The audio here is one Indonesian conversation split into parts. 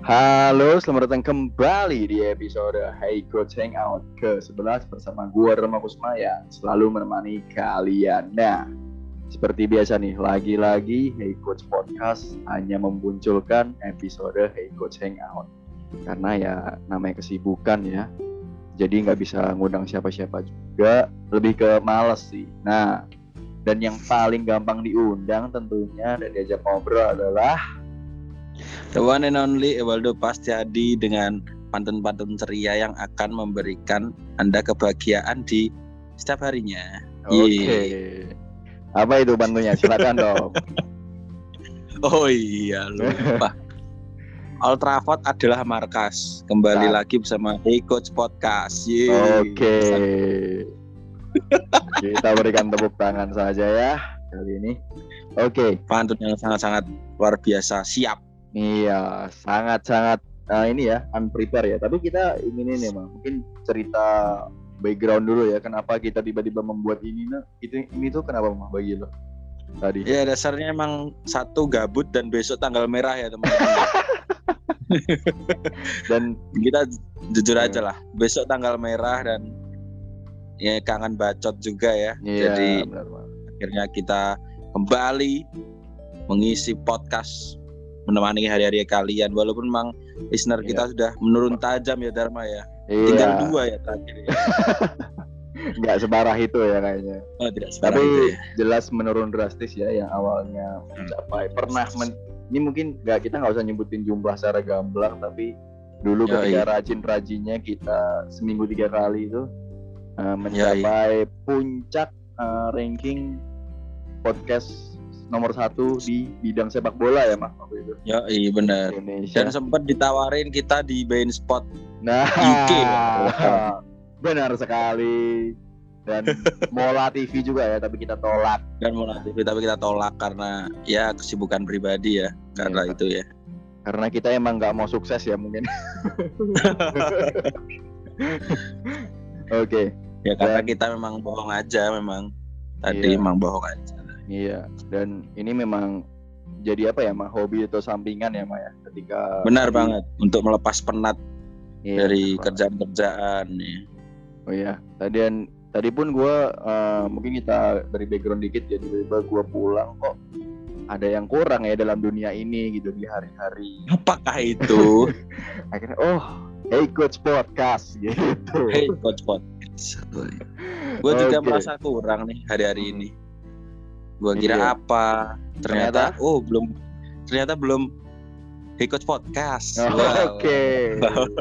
Halo, selamat datang kembali di episode Hey Coach Hangout ke-11 bersama gue Rema Kusma yang selalu menemani kalian. Nah, seperti biasa nih, lagi-lagi Hey Coach Podcast hanya memunculkan episode Hey Coach Hangout. Karena ya namanya kesibukan ya, jadi nggak bisa ngundang siapa-siapa juga, lebih ke males sih. Nah, dan yang paling gampang diundang tentunya dan diajak ngobrol adalah The one and only Ewaldo Pastiadi dengan pantun-pantun ceria yang akan memberikan Anda kebahagiaan di setiap harinya. Oke. Apa itu bantunya? Silakan dong. Oh iya, lupa. Old Trafford adalah markas. Kembali lagi bersama Hey Coach Podcast. Oke. Kita berikan tepuk tangan saja ya kali ini. Oke. Pantun yang sangat-sangat luar biasa. Siap. Iya, sangat-sangat ini ya, unprepare ya. Tapi kita ingin ini mungkin cerita background dulu ya. Kenapa kita tiba-tiba membuat ini? Nah, ini tuh kenapa mah bagi lo tadi? Ya dasarnya emang satu gabut dan besok tanggal merah ya teman-teman. Dan kita jujur aja lah, besok tanggal merah dan ya kangen bacot juga ya. Iya, jadi benar. Akhirnya kita kembali mengisi podcast menemani hari-hari kalian, walaupun memang listener kita sudah menurun tajam ya Dharma ya. Tinggal 2 ya terakhir ya. Nggak separah itu ya kayaknya. Oh, tidak separah tapi itu ya. Jelas menurun drastis ya, yang awalnya mencapai ini mungkin kita nggak usah nyebutin jumlah secara gamblang, tapi dulu ketika rajin-rajinnya kita seminggu 3 kali itu mencapai puncak ranking podcast nomor 1 di bidang sepak bola ya Mas waktu itu. Ya iya benar. Dan sempat ditawarin kita di Bein Sport UK. Benar sekali. Dan Mola TV juga ya, tapi kita tolak. Karena ya kesibukan pribadi ya, karena itu ya. Karena kita emang nggak mau sukses ya mungkin. Oke. Ya karena kita memang bohong aja memang. Tadi memang bohong aja. Iya, dan ini memang jadi apa ya, mah hobi atau sampingan ya, mah ya, ketika benar banget untuk melepas penat dari kerjaan-kerjaan nih. Oh iya, tadi pun gue mungkin kita dari background dikit ya, tiba-tiba gue pulang kok ada yang kurang ya dalam dunia ini gitu di hari-hari. Apakah itu? Akhirnya Hey Coach Podcast gitu. Hey Coach Podcast. Gue juga merasa kurang nih hari-hari ini. Gua kira apa? Ternyata belum Hey Coach Podcast. Oke.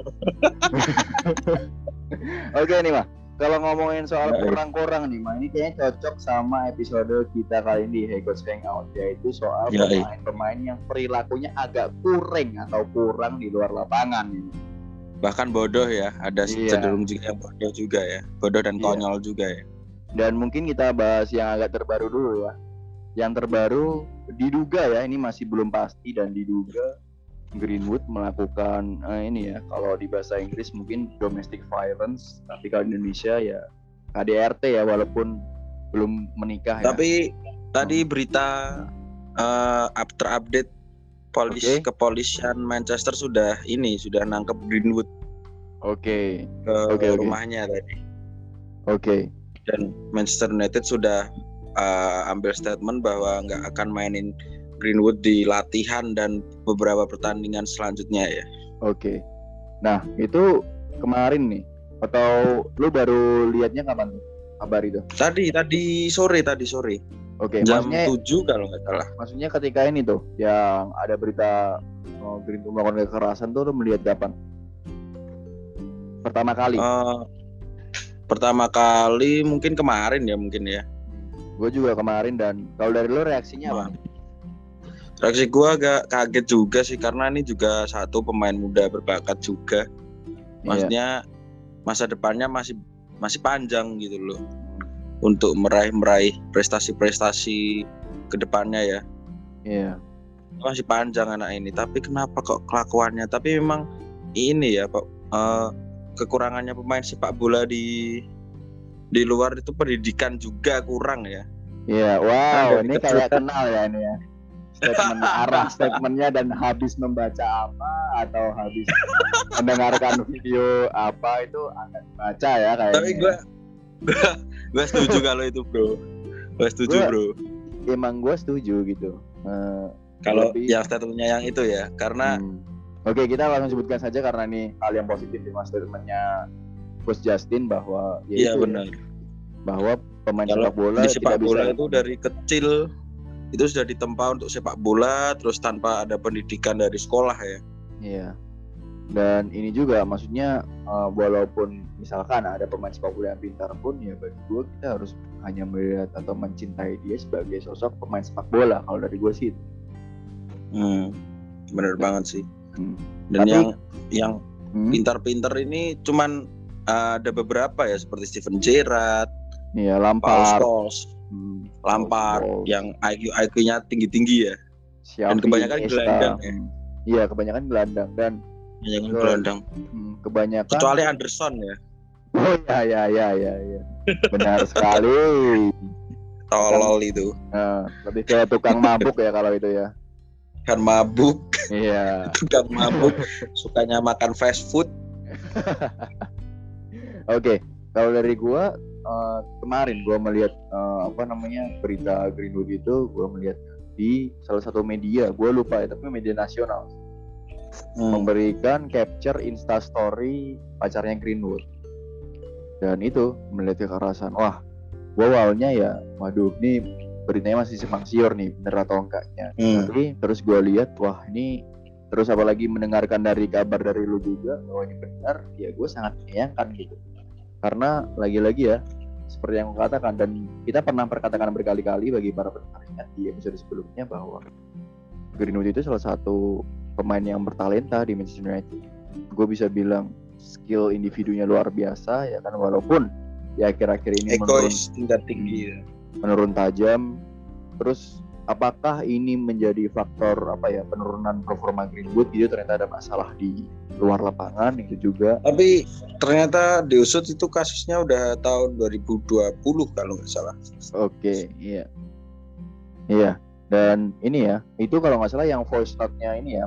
Oke nih Mah. Kalau ngomongin soal kurang-kurang nih Mah, ini kayaknya cocok sama episode kita kali ini di Hey Coach Hangout, yaitu soal pemain-pemain yang perilakunya agak kurang di luar lapangan ini. Bahkan bodoh ya, ada cenderung juga yang bodoh juga ya. Bodoh dan konyol juga ya. Dan mungkin kita bahas yang agak terbaru dulu ya. Yang terbaru diduga ya, ini masih belum pasti, dan diduga Greenwood melakukan ini ya, kalau di bahasa Inggris mungkin domestic violence, tapi kalau di Indonesia ya KDRT ya, walaupun belum menikah ya. Tapi tadi berita terupdate kepolisian Manchester sudah nangkep Greenwood. Ke rumahnya tadi. Dan Manchester United sudah ambil statement bahwa nggak akan mainin Greenwood di latihan dan beberapa pertandingan selanjutnya ya. Nah itu kemarin nih, atau lu baru lihatnya kapan tuh kabar itu? Tadi sore. Jam 7 kalau nggak salah. Maksudnya ketika ini tuh yang ada berita Greenwood melakukan kekerasan tuh, lu melihat kapan? Pertama kali mungkin kemarin ya Gue juga kemarin. Dan kalau dari lo reaksinya apa? Reaksi gue agak kaget juga sih, karena ini juga satu pemain muda berbakat juga. Maksudnya masa depannya masih panjang gitu loh untuk meraih prestasi-prestasi ke depannya ya. Masih panjang anak ini, tapi kenapa kok kelakuannya? Tapi memang ini ya Pak, kekurangannya pemain sepak bola di luar itu pendidikan juga kurang ya. Iya, wow, ini kayak kenal ya ini ya. arah statementnya dan habis membaca apa atau habis mendengarkan video apa itu akan baca ya kayaknya. Tapi gue setuju kalau itu bro. Gue setuju bro. Emang gue setuju gitu. Kalau yang statementnya yang itu ya, karena Oke, kita langsung sebutkan saja karena ini hal yang positif di statementnya Coach Justin bahwa iya benar. Bahwa pemain sepak bola di sepak bola itu dari kecil itu sudah ditempa untuk sepak bola terus tanpa ada pendidikan dari sekolah ya. Iya. Dan ini juga maksudnya walaupun misalkan ada pemain sepak bola yang pintar pun ya bagi gue kita harus hanya melihat atau mencintai dia sebagai sosok pemain sepak bola kalau dari gue sih. Bener banget sih. Dan tapi, yang pintar-pintar ini cuman ada beberapa ya seperti Steven Gerrard, iya, Lampard, Lampard yang IQ-nya tinggi-tinggi ya. Dan kebanyakan gelandang ya. Iya, kebanyakan gelandang dan kebanyakan kecuali Anderson ya. Oh ya. Benar sekali. Tolol itu. Lebih kayak tukang mabuk ya kalau itu ya. Kan mabuk. Iya. Tukang mabuk, sukanya makan fast food. Oke, kalau dari gua kemarin gua melihat berita Greenwood itu gua melihat di salah satu media, gua lupa ya, tapi media nasional memberikan capture Instastory pacarnya Greenwood. Dan itu melihat kekerasan. Wah, gua awalnya ya, waduh, ini beritanya masih simpang siur nih, bener atau enggaknya. Tapi terus gua lihat, wah ini terus apalagi mendengarkan dari kabar dari lu juga bahwa ini benar, ya gue sangat menyayangkan gitu. Karena lagi-lagi ya seperti yang aku katakan dan kita pernah perkatakan berkali-kali bagi para pendengar di episode sebelumnya bahwa Greenwood itu salah satu pemain yang bertalenta di Manchester United. Gue bisa bilang skill individunya luar biasa ya kan, walaupun ya akhir-akhir ini egois tingkat tinggi ya. Menurun tajam. Terus apakah ini menjadi faktor penurunan performa Greenwood gitu, ternyata ada masalah di luar lapangan itu juga. Tapi ternyata diusut itu kasusnya udah tahun 2020 kalau nggak salah. Oke, iya. Dan ini ya, itu kalau nggak salah yang voice note-nya ini ya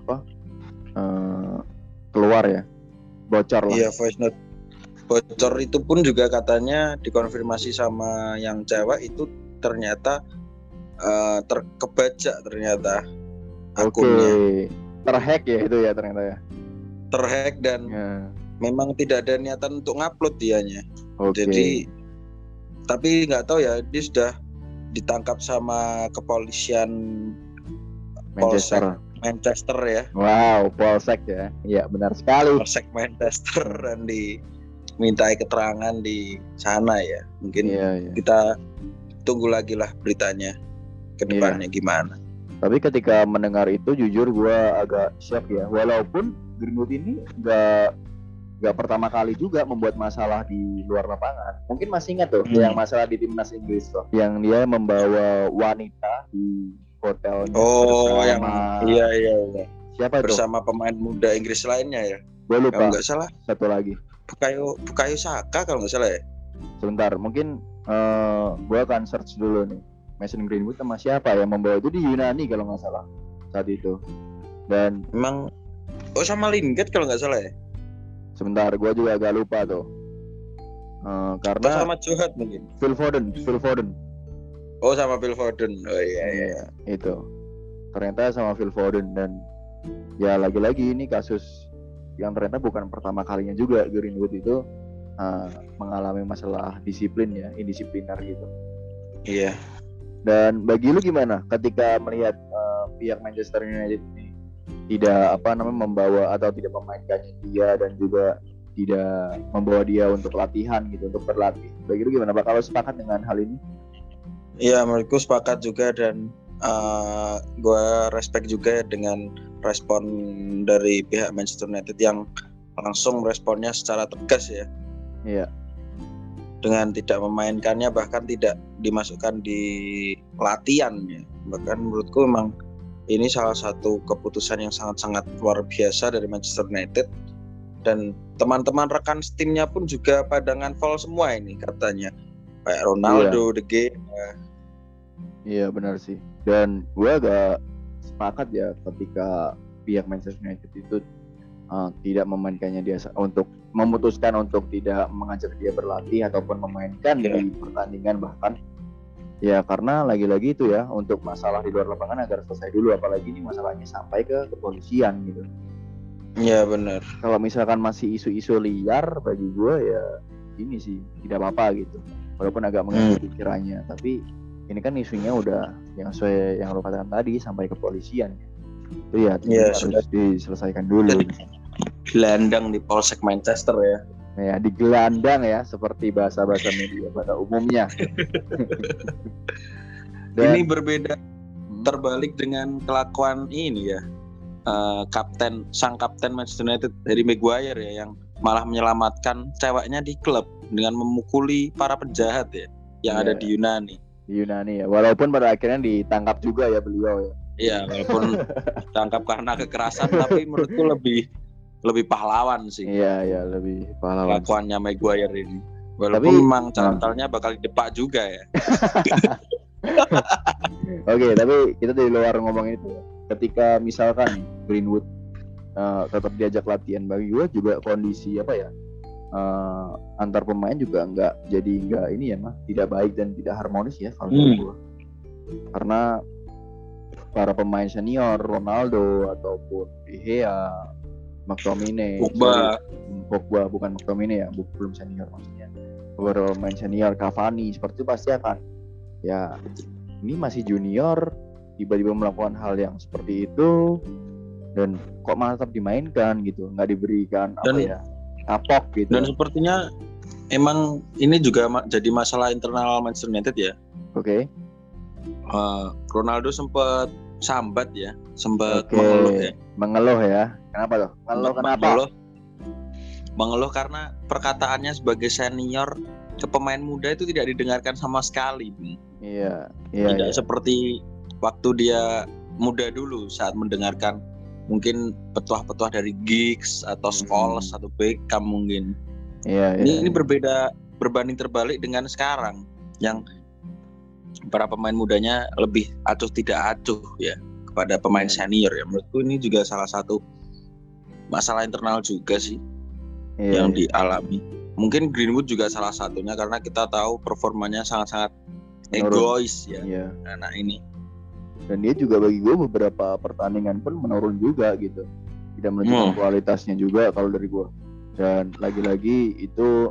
keluar ya, bocor lah. Iya, voice note bocor itu pun juga katanya dikonfirmasi sama yang cewek itu ternyata terkebajak ternyata akunnya. Terhack ya itu ya ternyata ya. Terhack dan memang tidak ada niatan untuk ngupload dianya. Jadi tapi nggak tahu ya, dia sudah ditangkap sama kepolisian Manchester ya. Wow, Polsek ya. Iya, benar sekali. Polsek Manchester dan dimintai keterangan di sana ya. Mungkin kita tunggu lagi lah beritanya ke depannya gimana. Tapi ketika mendengar itu jujur gue agak shock ya. Walaupun Greenwood ini gak pertama kali juga membuat masalah di luar lapangan. Mungkin masih ingat tuh yang masalah di timnas Inggris tuh, yang dia membawa wanita di hotelnya. Iya. Siapa itu? Bersama pemain muda Inggris lainnya ya. Gue lupa. Kalau nggak salah. Satu lagi. Bukayo Saka kalau nggak salah ya. Sebentar, mungkin gue akan search dulu nih. Mason Greenwood sama siapa yang membawa itu di Yunani kalau nggak salah saat itu. Dan memang sama Lingard kalau nggak salah ya. Sebentar, gue juga agak lupa tuh. Karena sama Johat mungkin. Phil Foden. Oh, sama Phil Foden. Oh iya. Itu. Ternyata sama Phil Foden, dan ya lagi-lagi ini kasus yang ternyata bukan pertama kalinya juga Greenwood itu mengalami masalah disiplin ya, indisipliner gitu. Iya. Dan bagi lu gimana ketika melihat pihak Manchester United ini tidak membawa atau tidak memainkannya dia dan juga tidak membawa dia untuk latihan gitu, untuk berlatih. Bagi lu gimana? Bakal sepakat dengan hal ini? Iya, menurutku sepakat juga, dan gue respect juga dengan respon dari pihak Manchester United yang langsung responnya secara tegas ya. Iya. Dengan tidak memainkannya, bahkan tidak dimasukkan di latihan ya. Bahkan menurutku memang ini salah satu keputusan yang sangat-sangat luar biasa dari Manchester United, dan teman-teman rekan timnya pun juga pada nganfal semua ini katanya, kayak Ronaldo, De Gea, Iya benar sih. Dan gue agak sepakat ya ketika pihak Manchester United itu tidak memainkannya dia untuk memutuskan untuk tidak mengajak dia berlatih ataupun memainkan di pertandingan bahkan. Ya karena lagi-lagi itu ya untuk masalah di luar lapangan agar selesai dulu, apalagi ini masalahnya sampai ke kepolisian gitu. Iya benar. Kalau misalkan masih isu-isu liar bagi gue ya ini sih tidak apa-apa gitu. Walaupun agak mengganggu pikirannya, tapi ini kan isunya udah yang sesuai yang lo katakan tadi sampai kepolisian. Itu ya harus diselesaikan dulu. Gelandang di Polsek Manchester ya. Ya digelandang ya seperti bahasa-bahasa media pada umumnya. Dan, ini berbeda terbalik dengan kelakuan ini ya sang kapten Manchester United Harry Maguire ya, yang malah menyelamatkan ceweknya di klub dengan memukuli para penjahat ya yang ada di Yunani. Di Yunani ya, walaupun pada akhirnya ditangkap juga ya beliau ya. Iya, walaupun ditangkap karena kekerasan, tapi menurutku lebih pahlawan sih. Iya, lebih pahlawan. Kelakuannya Maguire ini. Walaupun memang calon-calonnya bakal didepak juga ya. Oke, tapi kita dari luar ngomongin itu ya. Ketika misalkan Greenwood tetap diajak latihan, bagi gue juga kondisi antar pemain juga nggak ini ya tidak baik dan tidak harmonis ya kalau gue. Karena para pemain senior Ronaldo ataupun De Gea, McTominay, Pogba bukan McTominay ya, belum senior maksudnya. Beberapa pemain senior Cavani seperti itu pasti akan ya ini masih junior tiba-tiba melakukan hal yang seperti itu dan kok malah tetap dimainkan gitu, nggak diberikan kapok gitu. Dan sepertinya emang ini juga jadi masalah internal Manchester United ya. Oke. Ronaldo sempat sambat ya, mengeluh ya. Kenapa tuh? Mengeluh karena perkataannya sebagai senior ke pemain muda itu tidak didengarkan sama sekali. Iya. Tidak seperti waktu dia muda dulu saat mendengarkan mungkin petuah-petuah dari Giggs atau Scholes atau Beckham mungkin. Iya. Ini berbeda, berbanding terbalik dengan sekarang yang para pemain mudanya lebih acuh tidak acuh ya kepada pemain senior ya. Menurutku ini juga salah satu masalah internal juga sih yang dialami. Mungkin Greenwood juga salah satunya karena kita tahu performanya sangat-sangat egois ya anak ini. Dan dia juga bagi gue beberapa pertandingan pun menurun juga gitu, tidak menunjukkan kualitasnya juga kalau dari gue. Dan lagi-lagi itu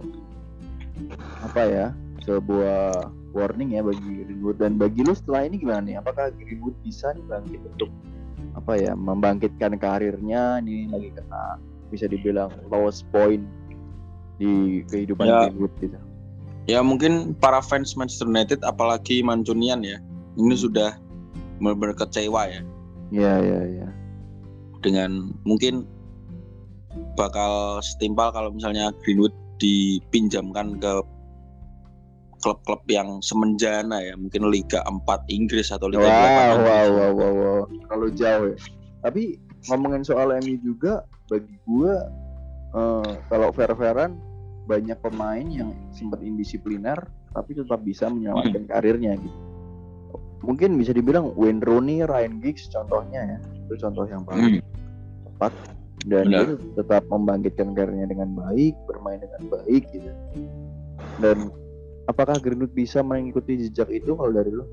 sebuah warning ya bagi Greenwood. Dan bagi lu setelah ini gimana nih? Apakah Greenwood bisa nih bangkit untuk membangkitkan karirnya? Ini lagi kena bisa dibilang lowest point di kehidupan Greenwood gitu. Ya mungkin para fans Manchester United apalagi Mancunian ya, ini sudah benar-benar kecewa ya. Iya. Dengan mungkin bakal setimpal kalau misalnya Greenwood dipinjamkan ke klub-klub yang semenjana ya, mungkin Liga 4 Inggris atau Liga 8 Inggris. Wow. Terlalu jauh ya. Tapi ngomongin soal MU juga, bagi gue kalau fair-fairan banyak pemain yang sempat indisipliner tapi tetap bisa menyelamatkan karirnya gitu. Mungkin bisa dibilang Wayne Rooney, Ryan Giggs contohnya ya. Itu contoh yang paling tepat. Dan dia tetap membangkitkan karirnya dengan baik, bermain dengan baik gitu. Dan apakah Greenwood bisa mengikuti jejak itu kalau dari lo?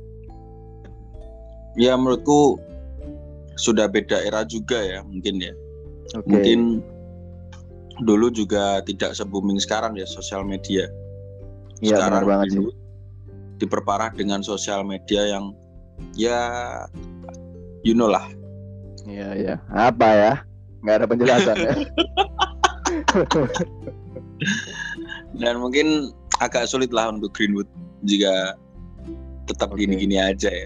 Ya menurutku sudah beda era juga ya mungkin ya. Okay. Mungkin dulu juga tidak se-booming sekarang ya sosial media. Iya benar banget sih. Diperparah dengan sosial media yang ya you know lah. Iya. Apa ya? Nggak ada penjelasan ya. Dan mungkin agak sulit lah untuk Greenwood jika tetap gini-gini aja ya.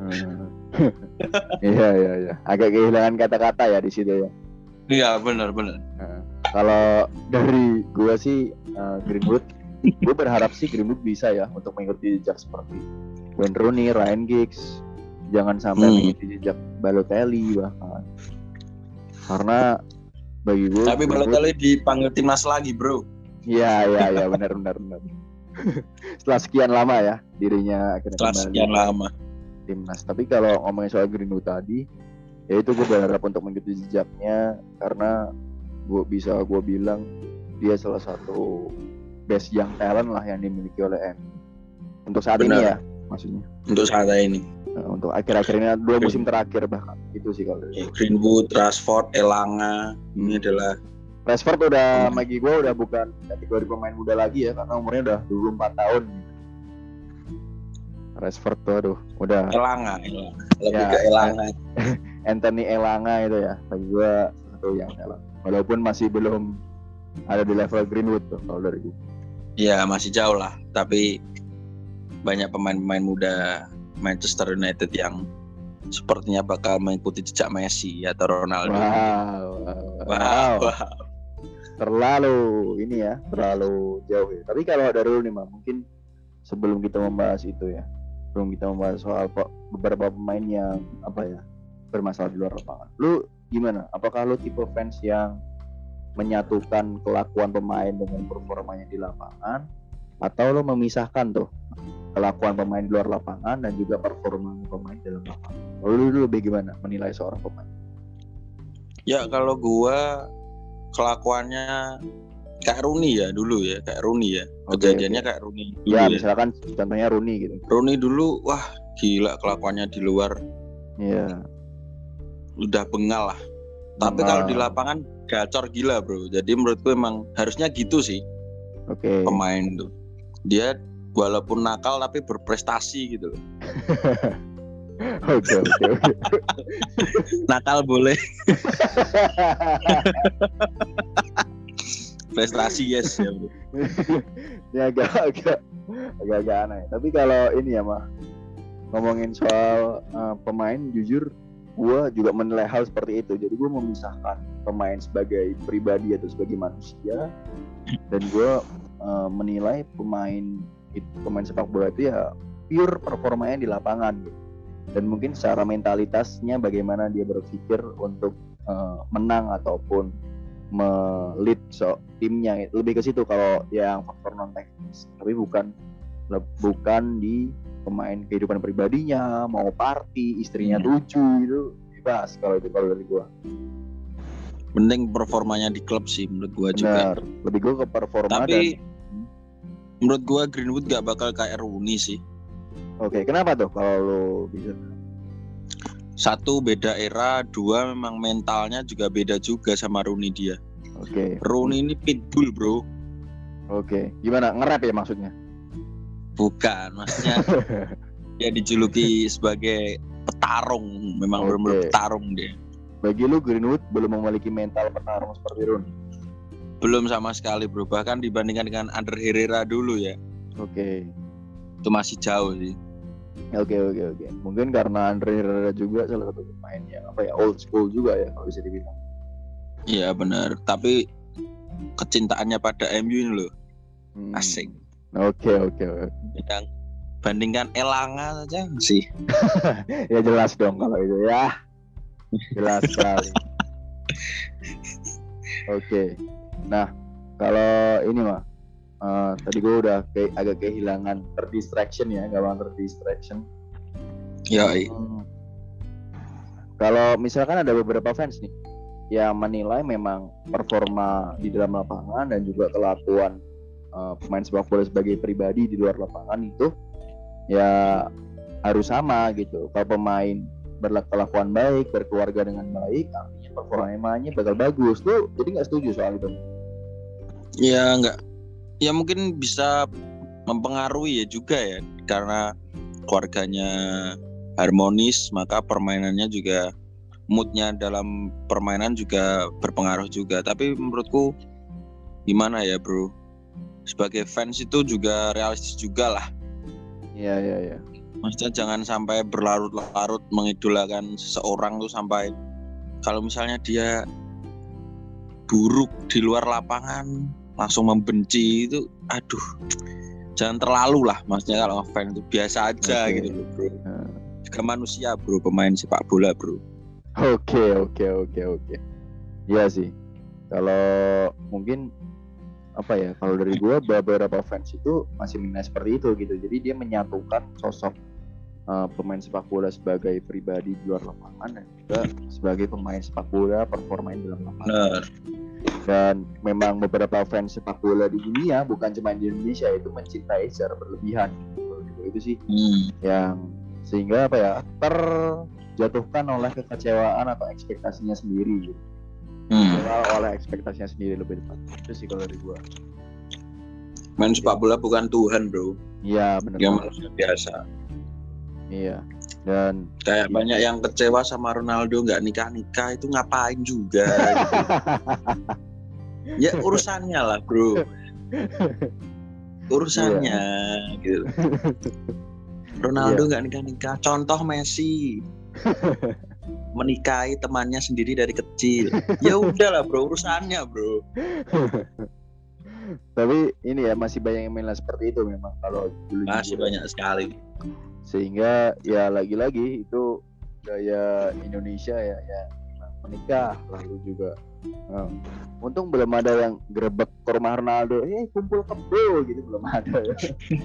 Iya. Agak kehilangan kata-kata ya di situ ya. Iya benar. Kalau dari gue sih Greenwood, gue berharap sih Greenwood bisa ya untuk mengikuti jejak seperti Wayne Rooney, Ryan Giggs, jangan sampai mengikuti jejak Balotelli bahkan. Karena bagi gue. Tapi Balotelli dipanggil timnas lagi bro. Iya benar. Setelah sekian lama ya dirinya akhirnya kembali. Sekian lama. timnas. Tapi kalau ngomongin soal Greenwood tadi, ya itu gue berharap untuk mengikuti jejaknya karena gue bilang dia salah satu best young talent lah yang dimiliki oleh MU untuk saat ini ya, maksudnya untuk saat ini, untuk akhir-akhir ini 2 musim terakhir bahkan itu sih kalau Greenwood, Rashford, Elanga ini adalah Rashford udah bagi gue udah bukan kategori pemain muda lagi ya karena umurnya udah 24 tahun. Rashford tuh aduh udah Elanga lebih ke Elanga. Anthony Elanga itu ya bagi gue satu yang talent walaupun masih belum ada di level Greenwood tuh kalau dari gue. Iya masih jauh lah, tapi banyak pemain-pemain muda Manchester United yang sepertinya bakal mengikuti jejak Messi atau Ronaldo. Wow. Terlalu ini ya, terlalu jauh ya. Tapi kalau dari lu nih, mungkin sebelum kita membahas itu ya, sebelum kita membahas soal beberapa pemain yang bermasalah di luar lapangan. Lu gimana? Apakah lu tipe fans yang menyatukan kelakuan pemain dengan performanya di lapangan, atau lo memisahkan tuh kelakuan pemain di luar lapangan dan juga performa pemain dalam lapangan? Lo lebih gimana menilai seorang pemain? Ya kalau gua kelakuannya kayak Rooney ya dulu ya, kejadiannya kayak Rooney dulu ya. Misalkan contohnya Rooney gitu. Rooney dulu wah gila kelakuannya di luar. Iya. Udah bengal lah. Tapi kalau di lapangan gacor gila bro. Jadi menurutku emang harusnya gitu sih. Pemain tuh. Dia walaupun nakal tapi berprestasi gitu loh. Oke. Nakal boleh. Prestasi yes ya bro. Ini agak aneh. Tapi kalau ini ya mah ngomongin soal pemain, jujur gue juga menilai hal seperti itu. Jadi gue memisahkan pemain sebagai pribadi atau sebagai manusia, dan gue menilai pemain sepak bola itu ya pure performanya di lapangan gitu. Dan mungkin secara mentalitasnya bagaimana dia berpikir untuk menang ataupun me-lead timnya, lebih ke situ kalau yang faktor non teknis. Tapi bukan di pemain kehidupan pribadinya, mau party, istrinya 7 gitu, bebas kalau dari gua. Penting performanya di klub sih menurut gua. Benar, juga. Lebih gua ke performa. Tapi menurut gua Greenwood gak bakal kayak Rooney sih. Oke, kenapa tuh kalau lo bisa? 1 beda era, 2 memang mentalnya juga beda juga sama Rooney dia. Rooney ini pitbull bro. Gimana, nge-rap ya maksudnya? Bukan, maksudnya dia dijuluki sebagai petarung, memang benar-benar petarung dia. Bagi lu Greenwood belum memiliki mental petarung seperti Rooney? Belum sama sekali bro, bahkan dibandingkan dengan Ander Herrera dulu ya. Itu masih jauh sih. Oke. Mungkin karena Ander Herrera juga salah satu pemain yang old school juga ya kalau bisa dibilang. Iya benar, tapi kecintaannya pada MU ini loh. Asing. Oke. Bandingkan Elanga saja sih. Ya jelas dong kalau itu ya. Jelas sekali. Nah, kalau ini mah tadi gue udah agak kehilangan terdistraction ya, gampang terdistraction. Kalau misalkan ada beberapa fans nih yang menilai memang performa di dalam lapangan dan juga kelakuan pemain sepak bola sebagai pribadi di luar lapangan itu ya harus sama gitu. Kalau pemain berkelakuan baik, berkeluarga dengan baik, artinya performanya bakal bagus. Tuh jadi nggak setuju soal itu? Ya nggak. Ya mungkin bisa mempengaruhi ya juga ya, karena keluarganya harmonis maka permainannya juga, moodnya dalam permainan juga berpengaruh juga. Tapi menurutku gimana ya bro, sebagai fans itu juga realistis juga lah. Iya. Maksudnya jangan sampai berlarut-larut mengidolakan seseorang tuh sampai kalau misalnya dia buruk di luar lapangan langsung membenci itu, aduh, jangan terlalu lah. Maksudnya kalau fans itu biasa aja gitu bro. Juga manusia bro, pemain sepak bola bro. Oke. Iya sih. Kalau mungkin kalau dari gue beberapa fans itu masih menilai seperti itu gitu. Jadi dia menyatukan sosok pemain sepak bola sebagai pribadi di luar lapangan dan juga sebagai pemain sepak bola performa di dalam lapangan. Dan memang beberapa fans sepak bola di dunia, bukan cuma di Indonesia, itu mencintai secara berlebihan gitu. Itu sih yang sehingga terjatuhkan oleh kekecewaan atau ekspektasinya sendiri gitu. Oleh ekspektasinya sendiri lebih tepat. Itu sih kalau dari gua. Main sepak bola bukan Tuhan, bro. Iya, benar. Dia manusia biasa. Iya. Dan kayak banyak yang kecewa sama Ronaldo nggak nikah itu ngapain juga gitu. Ya urusannya lah, bro. Urusannya gitu. Ronaldo nggak nikah. Contoh Messi menikahi temannya sendiri dari kecil. Ya udahlah, bro, urusannya, bro. Tapi ini ya masih banyak yang main seperti itu memang kalau dulu. Masih banyak sekali. Sehingga ya lagi-lagi itu gaya Indonesia ya menikah lalu juga. Untung belum ada yang grebek ke rumah Ronaldo, kumpul kebo gitu, belum ada ya.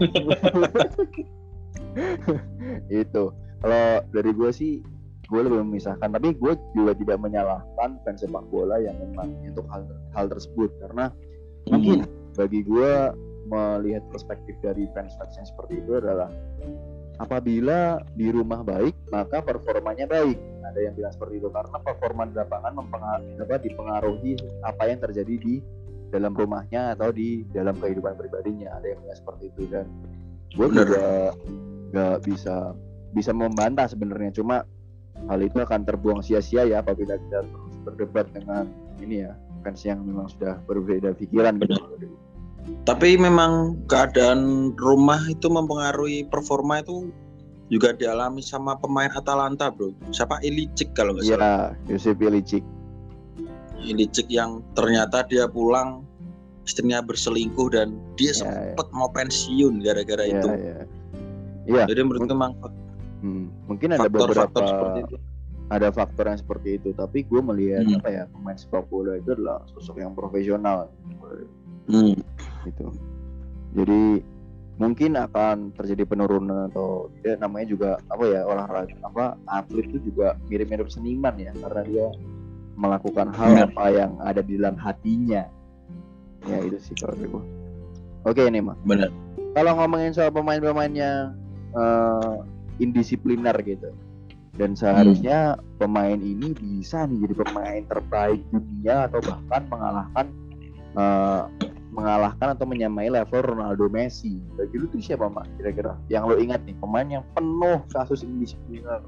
Itu kalau dari gue sih, gue lebih memisahkan, tapi gue juga tidak menyalahkan fans sepak bola yang memang untuk hal tersebut, karena mungkin bagi gue melihat perspektif dari fans-fans yang seperti itu adalah apabila di rumah baik maka performanya baik. Ada yang bilang seperti itu karena performa di lapangan dipengaruhi apa yang terjadi di dalam rumahnya atau di dalam kehidupan pribadinya. Ada yang bilang seperti itu dan gue juga nggak bisa membantah sebenarnya, cuma hal itu akan terbuang sia-sia ya apabila kita terus berdebat dengan ini ya fans yang memang sudah berbeda pikiran gitu. Tapi memang keadaan rumah itu mempengaruhi performa itu juga dialami sama pemain Atalanta, bro. Siapa? Ilicic kalau nggak salah. Iya, Josip Ilicic. Ilicic yang ternyata dia pulang istrinya berselingkuh dan dia sempat mau pensiun gara-gara itu. Iya. Jadi menurut memang mungkin ada beberapa ada faktor yang seperti itu, tapi gue melihat pemain sepak bola itu adalah sosok yang profesional. Gitu. Jadi mungkin akan terjadi penurunan atau tidak, namanya juga olahraga atlet itu juga mirip-mirip seniman ya, karena dia melakukan hal apa yang ada di dalam hatinya. Ya itu sih kalau gue. Oke nih Mak. Benar. Kalau ngomongin soal pemain-pemain yang indisipliner gitu, dan seharusnya pemain ini bisa nih jadi pemain terbaik dunia atau bahkan mengalahkan atau menyamai level Ronaldo, Messi. Bagi lu tuh siapa Mak kira-kira yang lo ingat nih pemain yang penuh kasus indisipliner?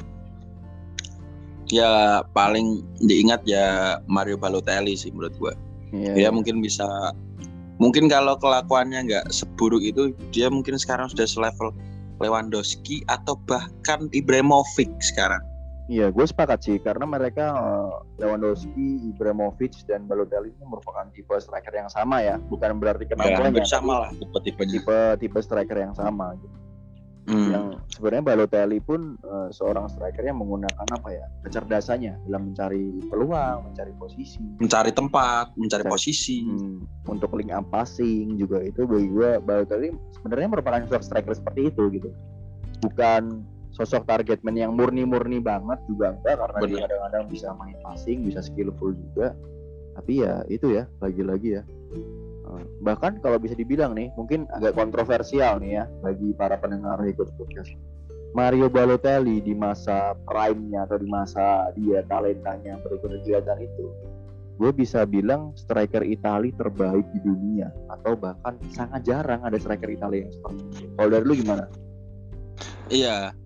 Ya paling diingat ya Mario Balotelli sih menurut gua. Dia mungkin bisa, mungkin kalau kelakuannya nggak seburuk itu dia mungkin sekarang sudah selevel Lewandowski atau bahkan Ibrahimovic sekarang. Iya, gue sepakat sih karena mereka Lewandowski, Ibrahimovic dan Balotelli ini merupakan tipe striker yang sama ya, bukan berarti kemampuannya sama lah tipe striker yang sama gitu. Yang sebenarnya Balotelli pun seorang striker yang menggunakan kecerdasannya dalam mencari peluang, mencari posisi, mencari tempat, mencari posisi, untuk link up passing juga. Itu bagi gue Balotelli sebenarnya merupakan sosok striker seperti itu gitu, bukan sosok target man yang murni banget juga enggak, karena dia kadang-kadang bisa main passing, bisa skillful juga. Tapi ya itu ya, lagi-lagi ya. Bahkan kalau bisa dibilang nih, mungkin agak kontroversial nih ya bagi para pendengar ikut podcast. Mario Balotelli di masa prime-nya atau di masa dia talentanya berkegiatan itu, gue bisa bilang striker Italia terbaik di dunia, atau bahkan sangat jarang ada striker Italia yang seperti itu. Kalau dari lu gimana? Iya.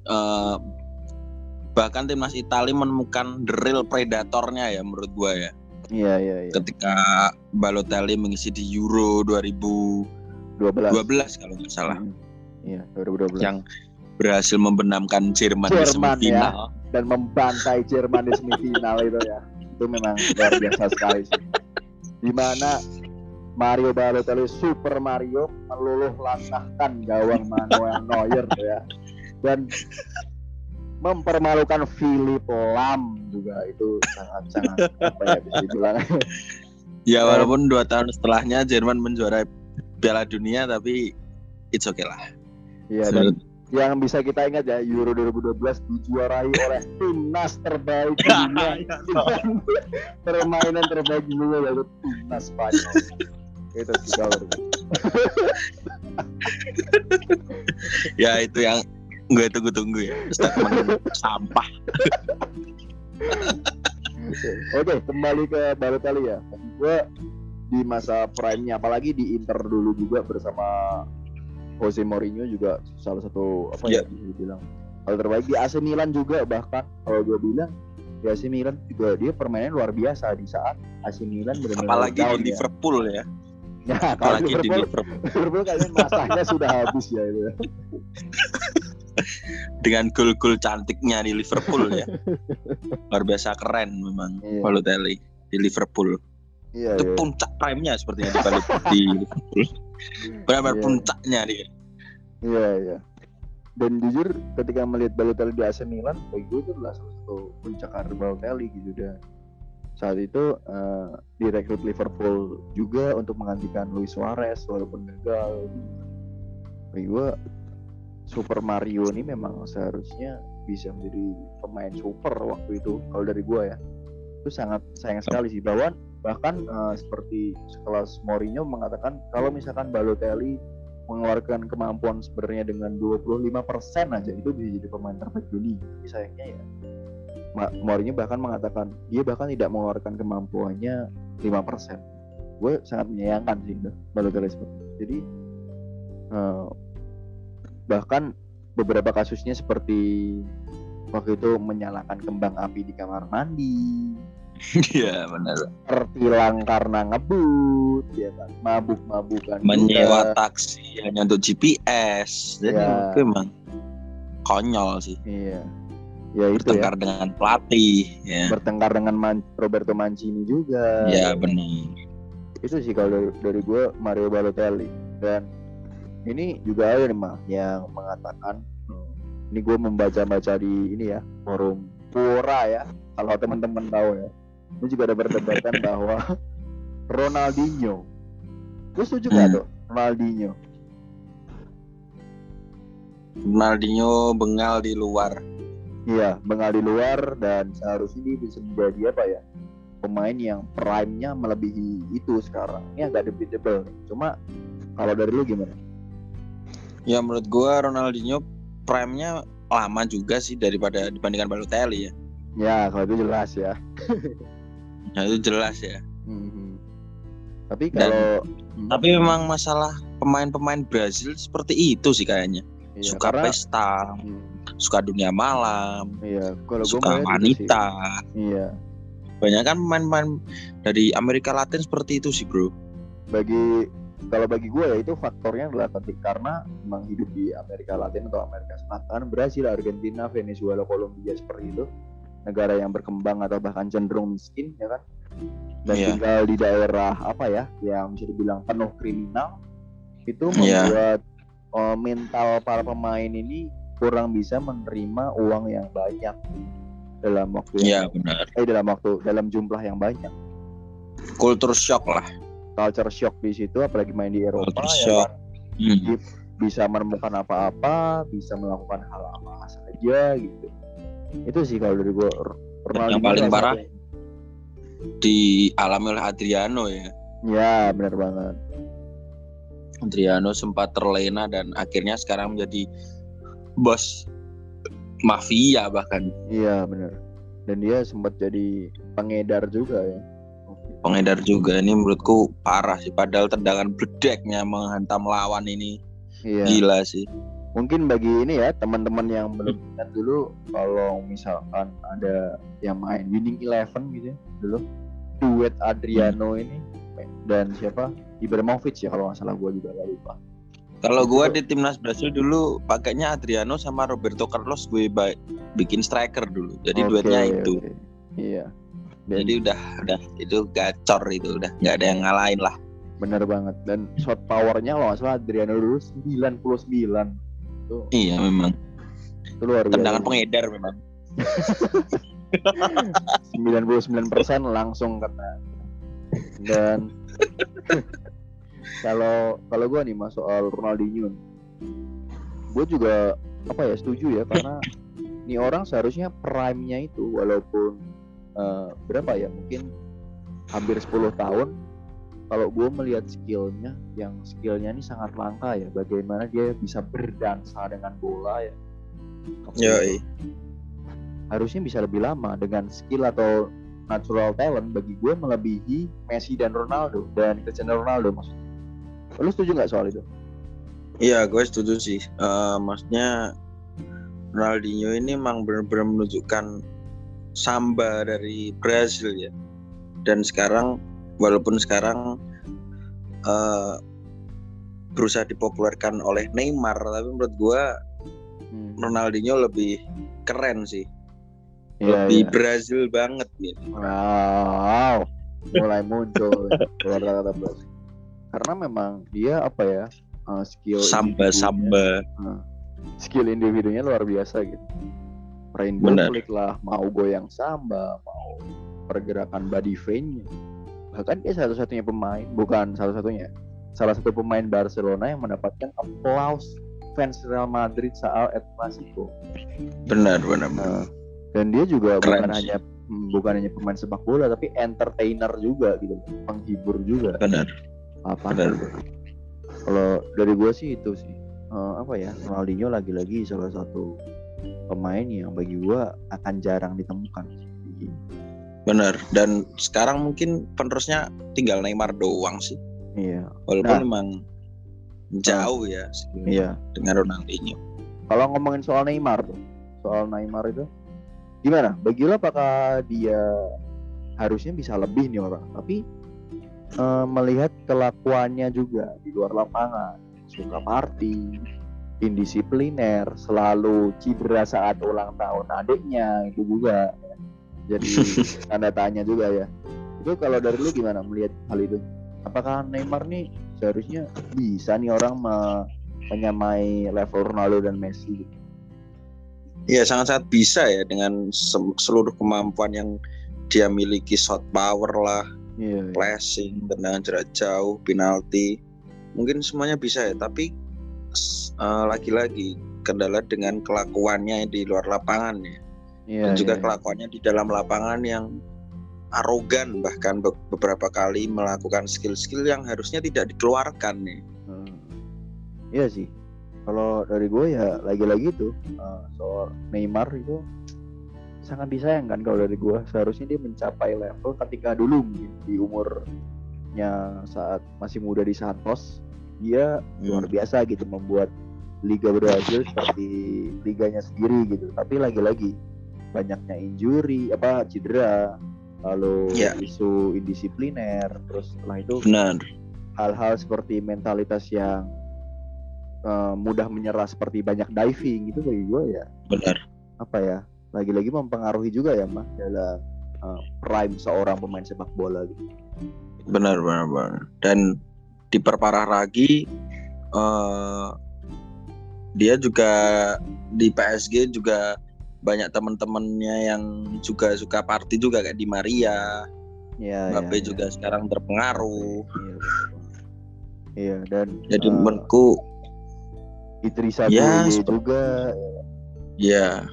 Bahkan timnas Italia menemukan the real predatornya ya menurut gua ya. Iya. Ketika Balotelli mengisi di Euro 2012 kalau nggak salah. Iya, 2012. Yang berhasil membenamkan Jerman di semifinal ya, dan membantai Jerman di semifinal itu ya. Itu memang luar biasa sekali sih. Di mana Mario Balotelli Super Mario meluluh lantahkan gawang Manuel Neuer ya. Dan mempermalukan Philipp Lahm juga, itu sangat bisa dibilang. Ya walaupun 2 tahun setelahnya Jerman menjuarai Piala Dunia, tapi it's okay lah. Iya, dan yang bisa kita ingat ya, Euro 2012 dijuarai oleh timnas terbaik dunia dengan permainan terbaik dunia yaitu timnas Spanyol. Itu sih kalau ya itu yang gue tunggu ya, statement sampah. Oke, kembali ke Balotelli ya. Gue di masa prime-nya, apalagi di Inter dulu juga bersama Jose Mourinho juga salah satu ya bisa dibilang hal terbaik. Di AC Milan juga, bahkan kalau gue bilang di AC Milan juga dia permainan luar biasa di saat AC Milan benar-benar apalagi di Liverpool ya. Ya, apalagi di Liverpool kayaknya masanya sudah habis ya itu. Dengan gol-gol cantiknya di Liverpool ya. Luar biasa keren memang Balotelli di Liverpool. Iya, itu puncak prime-nya sepertinya di Liverpool. Benar-benar puncaknya dia. Iya. Dan jujur ketika melihat Balotelli di AC Milan, bagi gue itu adalah salah satu puncak karir Balotelli gitu dah. Saat itu direkrut Liverpool juga untuk menggantikan Luis Suarez walaupun gagal. Bagi gue Super Mario ini memang seharusnya bisa menjadi pemain super waktu itu. Kalau dari gue ya, itu sangat sayang sekali sih. Bahkan seperti sekelas Mourinho mengatakan kalau misalkan Balotelli mengeluarkan kemampuan sebenarnya dengan 25% aja itu bisa jadi pemain terbaik dunia. Tapi sayangnya ya Mourinho bahkan mengatakan dia bahkan tidak mengeluarkan kemampuannya 5%. Gue sangat menyayangkan sih Balotelli seperti itu. Jadi bahkan beberapa kasusnya seperti waktu itu menyalakan kembang api di kamar mandi. Iya benar. Tertilang karena ngebut, ya kan, mabuk-mabukan. Menyewa taksi hanya untuk GPS. Jadi memang konyol sih. Iya. Ya itu bertengkar dengan pelatih. Ya. Bertengkar dengan Roberto Mancini juga. Ya benar. Itu sih kalau dari gue Mario Balotelli. Dan ini juga ada nih mah yang mengatakan, ini gue membaca-baca di ini ya forum Quora ya, kalau teman-teman tahu ya. Ini juga ada berdebatan bahwa Ronaldinho, gue setuju nggak tuh Ronaldinho bengal di luar. Iya, bengal di luar dan seharusnya dia bisa menjadi apa ya, pemain yang prime-nya melebihi itu sekarang. Ini agak debatable. Cuma kalau dari lu gimana? Ya menurut gue Ronaldinho prime-nya lama juga sih dibandingkan Balotelli ya. Ya kalau itu jelas ya. Ya itu jelas ya. Tapi kalau tapi memang masalah pemain-pemain Brazil seperti itu sih kayaknya. Iya, suka pesta, suka dunia malam, kalau suka wanita. Iya. Banyak kan pemain-pemain dari Amerika Latin seperti itu sih bro. Kalau bagi gue ya itu faktornya adalah karena memang hidup di Amerika Latin atau Amerika Selatan, Brasil, Argentina, Venezuela, Kolombia seperti itu, negara yang berkembang atau bahkan cenderung miskin ya kan, dan tinggal di daerah apa ya yang bisa dibilang penuh kriminal, itu membuat mental para pemain ini kurang bisa menerima uang yang banyak dalam waktu dalam jumlah yang banyak. Culture shock lah. Culture shock di situ, apalagi main di Eropa ya kan? Bisa menemukan apa-apa, bisa melakukan hal apa saja gitu. Itu sih kalau dari gue. Yang paling parah dialami oleh Adriano ya. Ya benar banget. Adriano sempat terlena dan akhirnya sekarang menjadi bos mafia bahkan. Iya benar. Dan dia sempat jadi pengedar juga ya. Pengedar juga, ini menurutku parah sih. Padahal tendangan bledeknya menghantam lawan ini gila sih. Mungkin bagi ini ya teman-teman yang belum ingat dulu, kalau misalkan ada yang main Winning Eleven gitu ya, dulu duet Adriano ini dan siapa, Ibrahimovic ya kalau nggak salah, gue juga nggak lupa. Kalau gue di timnas Brasil dulu pakainya Adriano sama Roberto Carlos, gue bikin striker dulu. Jadi duetnya itu. Iya. Jadi udah itu gacor, itu udah nggak ada yang ngalahin lah. Bener banget. Dan shot powernya kalau nggak salah Adriano dulu 99. Tuh. Iya memang. Itu luar biasa. Tendangan pengedar memang. 99% langsung kena. Dan kalau gue nih mas soal Ronaldinho, gue juga setuju ya, karena ini orang seharusnya prime-nya itu walaupun berapa ya, mungkin hampir 10 tahun. Kalau gue melihat skillnya ini sangat langka ya, bagaimana dia bisa berdansa dengan bola ya. Harusnya bisa lebih lama. Dengan skill atau natural talent, bagi gue melebihi Messi dan Ronaldo dan Cristiano Ronaldo maksudnya. Lu setuju nggak soal itu? Iya, gue setuju sih. Maksudnya Ronaldinho ini memang benar-benar menunjukkan samba dari Brazil ya. Dan walaupun sekarang berusaha dipopulerkan oleh Neymar, tapi menurut gue Ronaldinho lebih keren sih. Lebih Brazil banget nih. Wow, mulai muncul kata-kata Brazil. Karena memang dia skill samba. Skill individunya luar biasa gitu. Rainbow flick lah, mau goyang samba, mau pergerakan body vein-nya. Bahkan dia salah satu pemain Barcelona yang mendapatkan applause fans Real Madrid saat El Clasico. Benar. Dan dia juga bukan hanya pemain sepak bola, tapi entertainer juga gitu, penghibur juga. Benar. Kalau dari gue sih itu sih Ronaldinho lagi-lagi salah satu pemain yang bagi gue akan jarang ditemukan. Benar. Dan sekarang mungkin penerusnya tinggal Neymar doang sih. Iya. Walaupun memang jauh ya dengan Ronaldinho. Kalau ngomongin soal Neymar itu gimana? Bagi lo apakah dia harusnya bisa lebih nih orang? Tapi melihat kelakuannya juga di luar lapangan, suka party, indisipliner, selalu cedera saat ulang tahun adiknya, itu juga jadi tanda tanya juga ya. Itu kalau dari lu gimana melihat hal itu? Apakah Neymar nih seharusnya bisa nih orang menyamai level Ronaldo dan Messi? Iya, sangat-sangat bisa ya dengan seluruh kemampuan yang dia miliki, shot power lah, flashing, tendangan jarak jauh, penalti, mungkin semuanya bisa ya. Tapi lagi-lagi kendala dengan kelakuannya di luar lapangan ya. Dan juga kelakuannya di dalam lapangan yang arogan, bahkan beberapa kali melakukan skill-skill yang harusnya tidak dikeluarkan nih. Iya sih. Kalau dari gue ya lagi-lagi tuh soal Neymar itu sangat disayangkan. Kalau dari gue seharusnya dia mencapai level ketika dulu mungkin di umurnya saat masih muda di Santos, dia luar biasa gitu, membuat Liga Brazil seperti liganya sendiri gitu. Tapi lagi-lagi banyaknya injury, cedera, lalu isu indisipliner, terus setelah itu hal-hal seperti mentalitas yang mudah menyerah seperti banyak diving, itu bagi gue ya lagi-lagi mempengaruhi juga ya Mas dalam prime seorang pemain sepak bola gitu. Benar. Dan diperparah lagi dia juga di PSG juga banyak teman-temannya yang juga suka party juga kayak Di Maria, Mbappe juga sekarang terpengaruh. Iya, dan jadi menurutku Idrissa juga. Iya.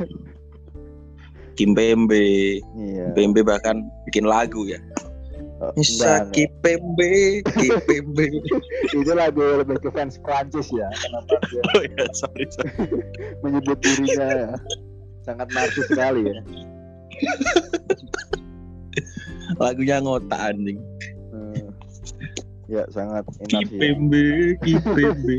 Kimpembe. Kimpembe bahkan bikin lagu ya. Bisa Kimpembe. Itu lagu lebih ke fans Prancis ya. Kenapa dia? Sorry. Menyebut dirinya sangat narsis sekali ya. Lagunya ngotak anjing. Ya sangat enak sih. Kimpembe.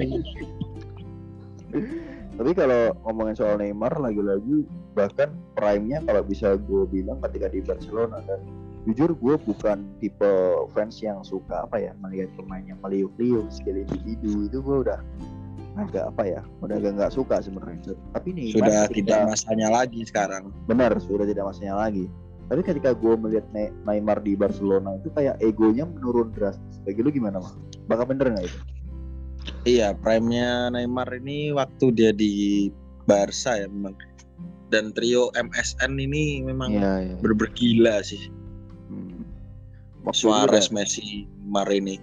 Tapi kalau ngomongin soal Neymar lagi-lagi, bahkan prime-nya kalau bisa gue bilang ketika di Barcelona, dan jujur gue bukan tipe fans yang suka melihat pemain yang meliuk-liuk skill individu, itu gue udah agak nggak suka sebenarnya. Tapi Neymar sudah tidak masanya lagi sekarang. Benar, sudah tidak masanya lagi. Tapi ketika gue melihat Neymar di Barcelona itu kayak egonya menurun drastis. Bagi lu gimana Mas? Bakal bener nggak itu? Iya, prime-nya Neymar ini waktu dia di Barca ya memang. Dan trio MSN ini memang bergila sih. Suarez, Messi, Neymar ini.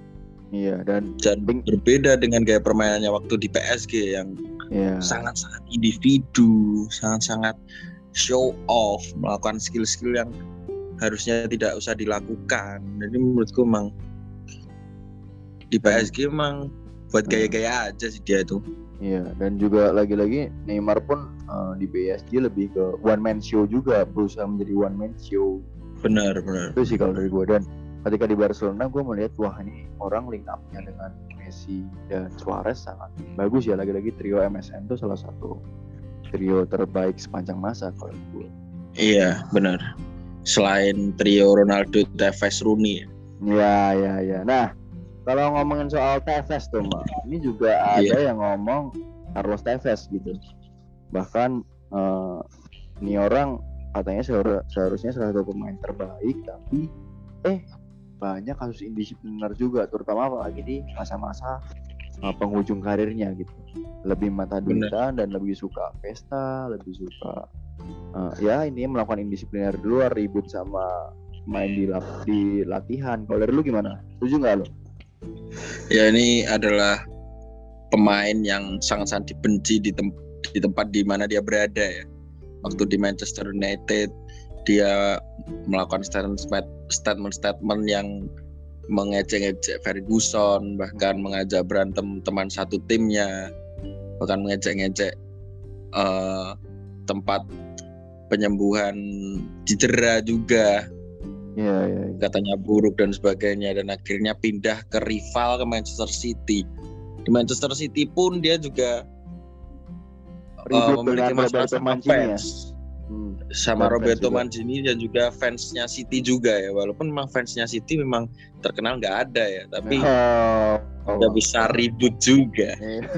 Iya, dan berbeda dengan gaya permainannya waktu di PSG yang sangat-sangat individu, sangat-sangat show off, melakukan skill-skill yang harusnya tidak usah dilakukan. Jadi menurutku emang di PSG emang buat gaya-gaya aja sih dia itu. Iya, dan juga lagi-lagi Neymar pun di PSG lebih ke one man show juga, berusaha menjadi one man show. Benar. Itu sih kalau dari gue. Dan ketika di Barcelona gue melihat wah ini orang link up-nya dengan Messi dan Suarez sangat bagus ya. Lagi-lagi trio MSN itu salah satu trio terbaik sepanjang masa kalau gue. Iya benar. Selain trio Ronaldo, Tevez, Rooney. Iya. Nah kalau ngomongin soal Tevez tuh Mbak, ini juga ada yang ngomong Carlos Tevez gitu. Bahkan ini orang katanya seharusnya salah satu pemain terbaik, tapi banyak kasus indisipliner juga, terutama apalagi di masa-masa penghujung karirnya gitu. Lebih mata duitan dan lebih suka pesta, lebih suka ini melakukan indisipliner di luar, ribut sama main di latihan. Kalau dari lu gimana? Setuju nggak lo? Ya ini adalah pemain yang sangat-sangat dibenci di tempat di mana dia berada ya. Waktu di Manchester United dia melakukan statement yang mengejek-ngejek Ferguson, bahkan mengajak berantem teman satu timnya, bahkan mengejek-ngejek tempat penyembuhan cedera juga. Iya. Katanya buruk dan sebagainya, dan akhirnya pindah ke rival ke Manchester City. Di Manchester City pun dia juga memiliki masalah sama fans. Sama Roberto Mancini dan juga fansnya City juga ya, walaupun memang fansnya City memang terkenal nggak ada ya, tapi nggak bisa ribut juga.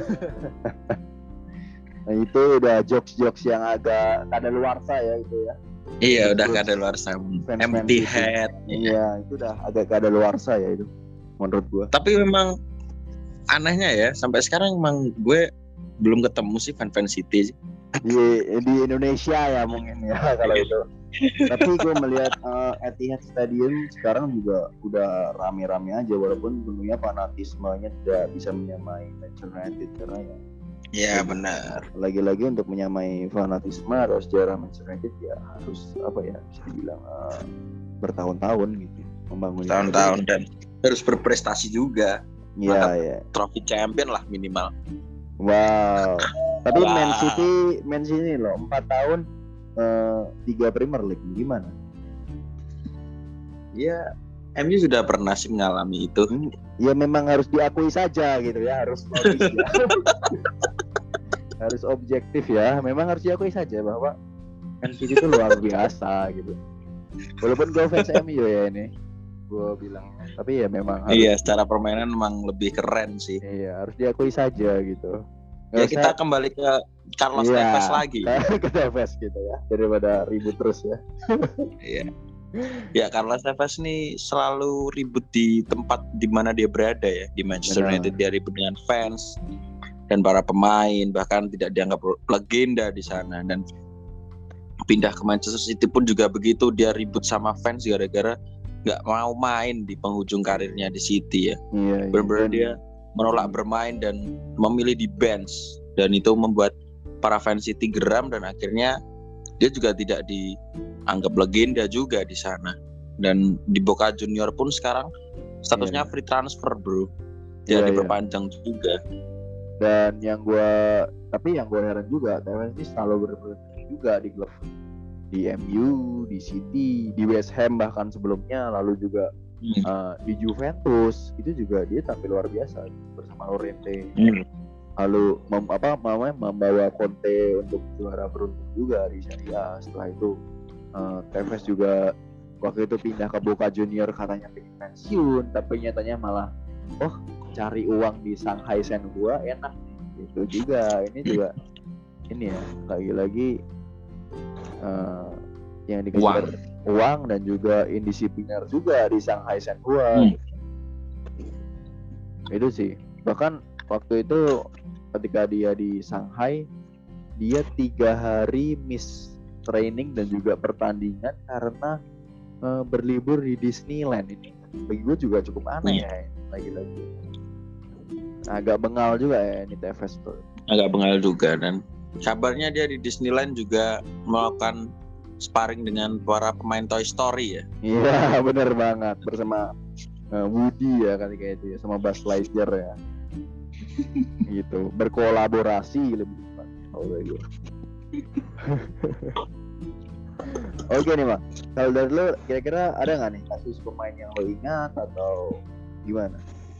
Nah itu udah jokes yang agak kadaluarsa ya itu ya. Iya udah kadaluarsa, empty head. Iya itu udah agak kadaluarsa ya itu menurut gue. Tapi memang anehnya ya, sampai sekarang memang gue belum ketemu sih fan City di Indonesia ya mungkin ya kalau itu. Tapi gue melihat Etihad Stadium sekarang juga udah rame-rame aja, walaupun tentunya fanatismenya tidak bisa menyamai Manchester United karena ya benar. Lagi-lagi untuk menyamai fanatisme atau sejarah Manchester United ya harus bisa dibilang bertahun-tahun gitu membangun. Tahun-tahun dan harus berprestasi juga. Iya. Trofi champion lah minimal. Wow. Tapi Man City loh 4 tahun 3 Premier League gimana? Ya MU sudah pernah sih mengalami itu. Ya memang harus diakui saja gitu ya, harus logis ya. Harus objektif ya. Memang harus diakui saja bahwa Man City itu luar biasa gitu. Walaupun gue fans MU ya ini, gue bilang. Tapi ya memang harus. Iya, secara permainan memang lebih keren sih. Iya, harus diakui saja gitu. Ya kita kembali ke Carlos Tevez lagi. Ke Tevez gitu ya, daripada ribut terus ya. Iya. Ya Carlos Tevez nih selalu ribut di tempat di mana dia berada ya, di Manchester United. Dia ribut dengan fans dan para pemain, bahkan tidak dianggap legenda di sana. Dan pindah ke Manchester City pun juga begitu, dia ribut sama fans gara-gara nggak mau main di penghujung karirnya di City ya. Benar-benar dia menolak bermain dan memilih di bench, dan itu membuat para fans City geram, dan akhirnya dia juga tidak dianggap legenda juga di sana. Dan di Boca Junior pun sekarang statusnya free transfer bro, dia diperpanjang juga. Dan yang gue heran juga, Tevez ini selalu berprestasi juga di klub, di MU, di City, di West Ham bahkan sebelumnya, lalu juga di Juventus itu juga dia tampil luar biasa bersama Llorente. Lalu membawa Conte untuk juara beruntung juga di Serie A. Setelah itu Tevez juga waktu itu pindah ke Boca Junior, katanya pengen pensiun, tapi nyatanya malah cari uang di Shanghai Shenhua enak gitu juga. Ini juga ini ya lagi-lagi yang dikejar uang dan juga indisipliner juga di Shanghai Shenhua. Itu sih. Bahkan waktu itu ketika dia di Shanghai, dia 3 hari miss training dan juga pertandingan karena berlibur di Disneyland ini. bagi gue juga cukup aneh ya. Lagi-lagi agak bengal juga ya ini TFS tuh. Agak bengal juga, dan kabarnya dia di Disneyland juga melakukan sparring dengan para pemain Toy Story ya. Iya benar banget, bersama Woody ya kali kayak itu ya, sama Buzz Lightyear ya. Gitu, berkolaborasi lebih tepat. Oke nih Mak, kalau dari lo kira-kira ada nggak nih kasus pemain yang lo ingat atau gimana?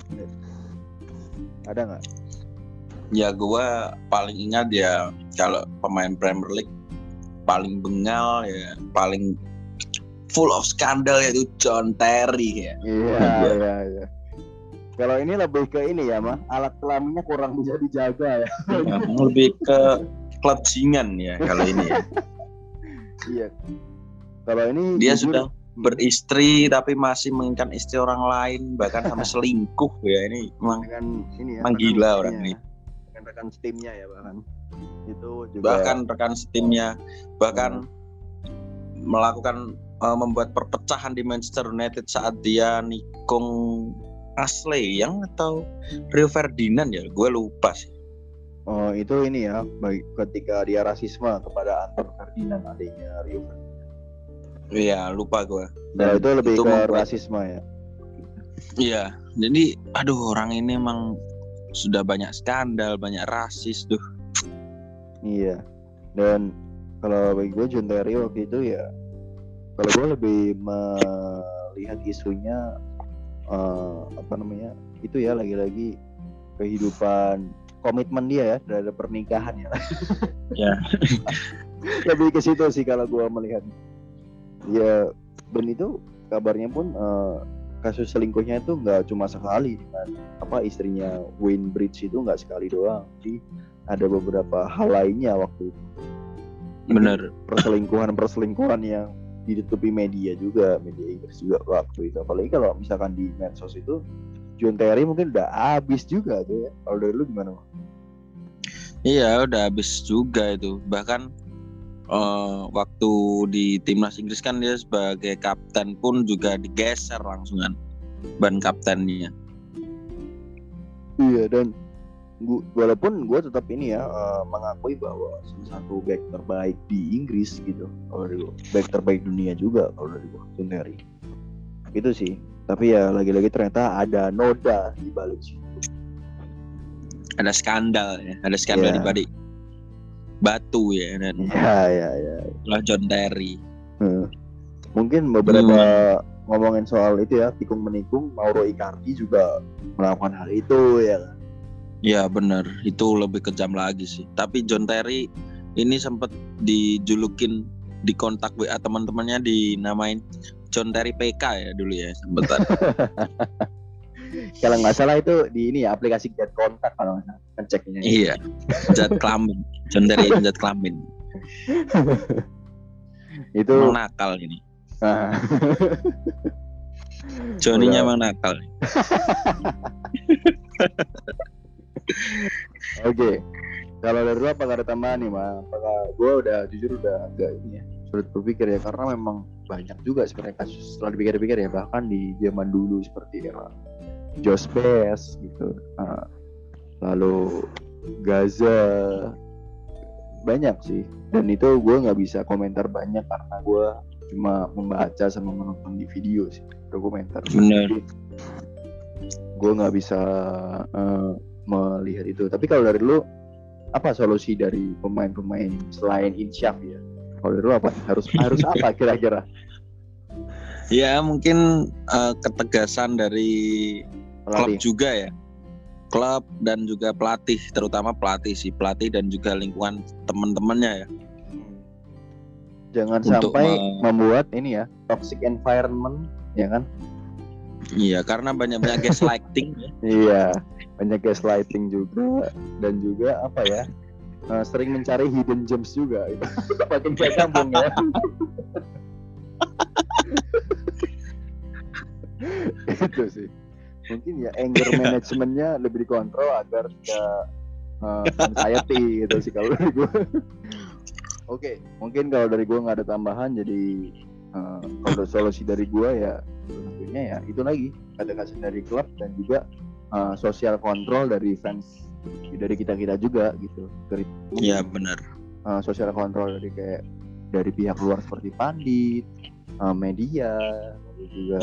Ada nggak? Ya gue paling ingat ya kalau pemain Premier League paling bengal ya, paling full of skandal yaitu John Terry ya. Iya. Kalau ini lebih ke ini ya Mah, alat kelaminnya kurang bisa dijaga ya. Lebih ke klebsingan ya kalau ini ya. Iya. Kalau ini dia sudah beristri tapi masih menginginkan istri orang lain, bahkan sampai selingkuh ya. Ini memang gila orang ini. Rekan setimnya ya bahkan. Itu juga bahkan rekan setimnya bahkan melakukan membuat perpecahan di Manchester United saat dia nikung Ashley Young atau Rio Ferdinand ya, gue lupa sih. Oh itu ini ya, ketika dia rasisme kepada Anton Ferdinand adiknya Rio Ferdinand. Iya lupa gue. Nah itu lebih itu ke rasisme ya. Iya, jadi aduh orang ini emang sudah banyak skandal, banyak rasis tuh. Iya. Dan kalau bagi gue John Terry waktu itu ya, kalau gue lebih melihat isunya itu ya lagi-lagi kehidupan komitmen dia ya terhadap pernikahan ya. Ya. Lebih ke situ sih kalau gue melihat. Ya, dan itu kabarnya pun kasus selingkuhnya itu nggak cuma sekali dengan istrinya Wayne Bridge itu nggak sekali doang, sih ada beberapa hal lainnya waktu itu. Bener. Perselingkuhan yang ditutupi media Inggris juga waktu itu. Apalagi kalau misalkan di medsos itu John Terry mungkin udah habis juga tuh ya. Kalau dari lu gimana? Iya udah habis juga itu. Bahkan waktu di timnas Inggris kan dia sebagai kapten pun juga digeser langsung kan ban kaptennya. Iya, dan walaupun gue tetap ini ya mengakui bahwa salah satu back terbaik di Inggris gitu, kalau dari gue back terbaik dunia juga kalau dari gue John Terry itu sih. Tapi ya lagi-lagi ternyata ada noda di balik situ, ada skandal di balik batu ya, dan lah John Terry. Mungkin beberapa ngomongin soal itu ya, tikung menikung, Mauro Icardi juga melakukan hal itu ya kan. Ya benar, itu lebih kejam lagi sih. Tapi John Terry ini sempat dijulukin di kontak WA teman-temannya dinamain John Terry PK ya dulu ya sempat. Kalau nggak salah itu di ini ya aplikasi Jet Kontak kalau nggak salah ngeceknya. Iya, Jet Kelamin, John Terry Jet Kelamin. Itu emang nakal ini. Johnny-nya emang nakal. Oke. Kalau dari lu apa ada tambahan nih, Mas? Apakah gue jujur udah agak ini ya, sulit berpikir ya, karena memang banyak juga sebenarnya kasus setelah dipikir-pikir ya, bahkan di zaman dulu seperti era Josh Best gitu, lalu Gaza, banyak sih. Dan itu gue nggak bisa komentar banyak karena gue cuma membaca sama menonton di video sih, dokumenter. Benar. Gue nggak bisa melihat itu. Tapi kalau dari lu, apa solusi dari pemain-pemain selain Insyaf ya? Kalau dari lu apa? Harus apa kira-kira? Ya mungkin ketegasan dari klub juga ya. Klub dan juga pelatih, terutama pelatih dan juga lingkungan teman-temannya ya. Jangan sampai membuat ini ya, toxic environment ya kan? Iya, karena banyak gaslighting ya. Iya, banyak gaslighting juga, dan juga apa ya, sering mencari hidden gems juga. Itu makin gak nyambung ya. Itu sih. Mungkin ya anger managementnya lebih dikontrol agar tidak anxiety gitu sih kalau dari gue. Oke, mungkin kalau dari gue nggak ada tambahan, jadi Kalau solusi dari gue ya tentunya ya itu lagi kata-kata dari klub dan juga sosial kontrol dari fans dari kita juga gitu. Iya benar. Sosial kontrol dari pihak luar seperti pandit, media, lalu juga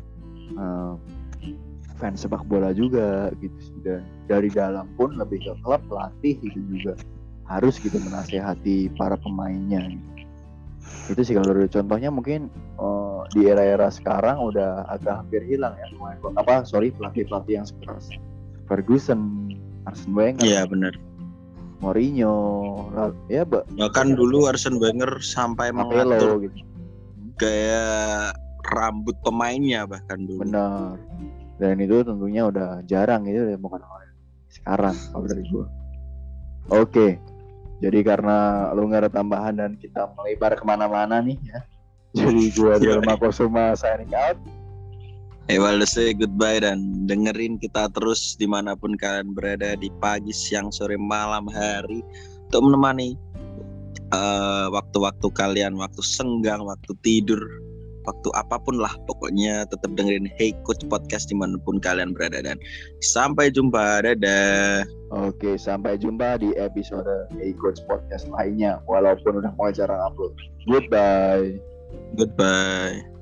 fans sepak bola juga gitu. Dan dari dalam pun lebih ke klub, pelatih itu juga harus gitu menasehati para pemainnya. Itu sih kalau dari contohnya mungkin di era-era sekarang udah agak hampir hilang ya pelatih-pelatih yang seperti Ferguson, Arsene Wenger. Iya benar. Mourinho, ya bahkan dulu Arsene Wenger sampai mengatur gitu. Kayak rambut pemainnya bahkan dulu. Benar. Dan itu tentunya udah jarang gitu ya bukan sekarang kalau dari gue. Oke. Jadi karena lu nggak ada tambahan dan kita melebar kemana-mana nih ya. Jadi gue Dharma Kusuma signing out. Well, say goodbye dan dengerin kita terus dimanapun kalian berada di pagi, siang, sore, malam, hari untuk menemani waktu-waktu kalian, waktu senggang, waktu tidur, waktu apapun lah pokoknya tetap dengerin Hey Coach Podcast dimanapun kalian berada dan sampai jumpa, dadah. Oke, sampai jumpa di episode Hey Coach Podcast lainnya walaupun udah mulai jarang upload. Goodbye.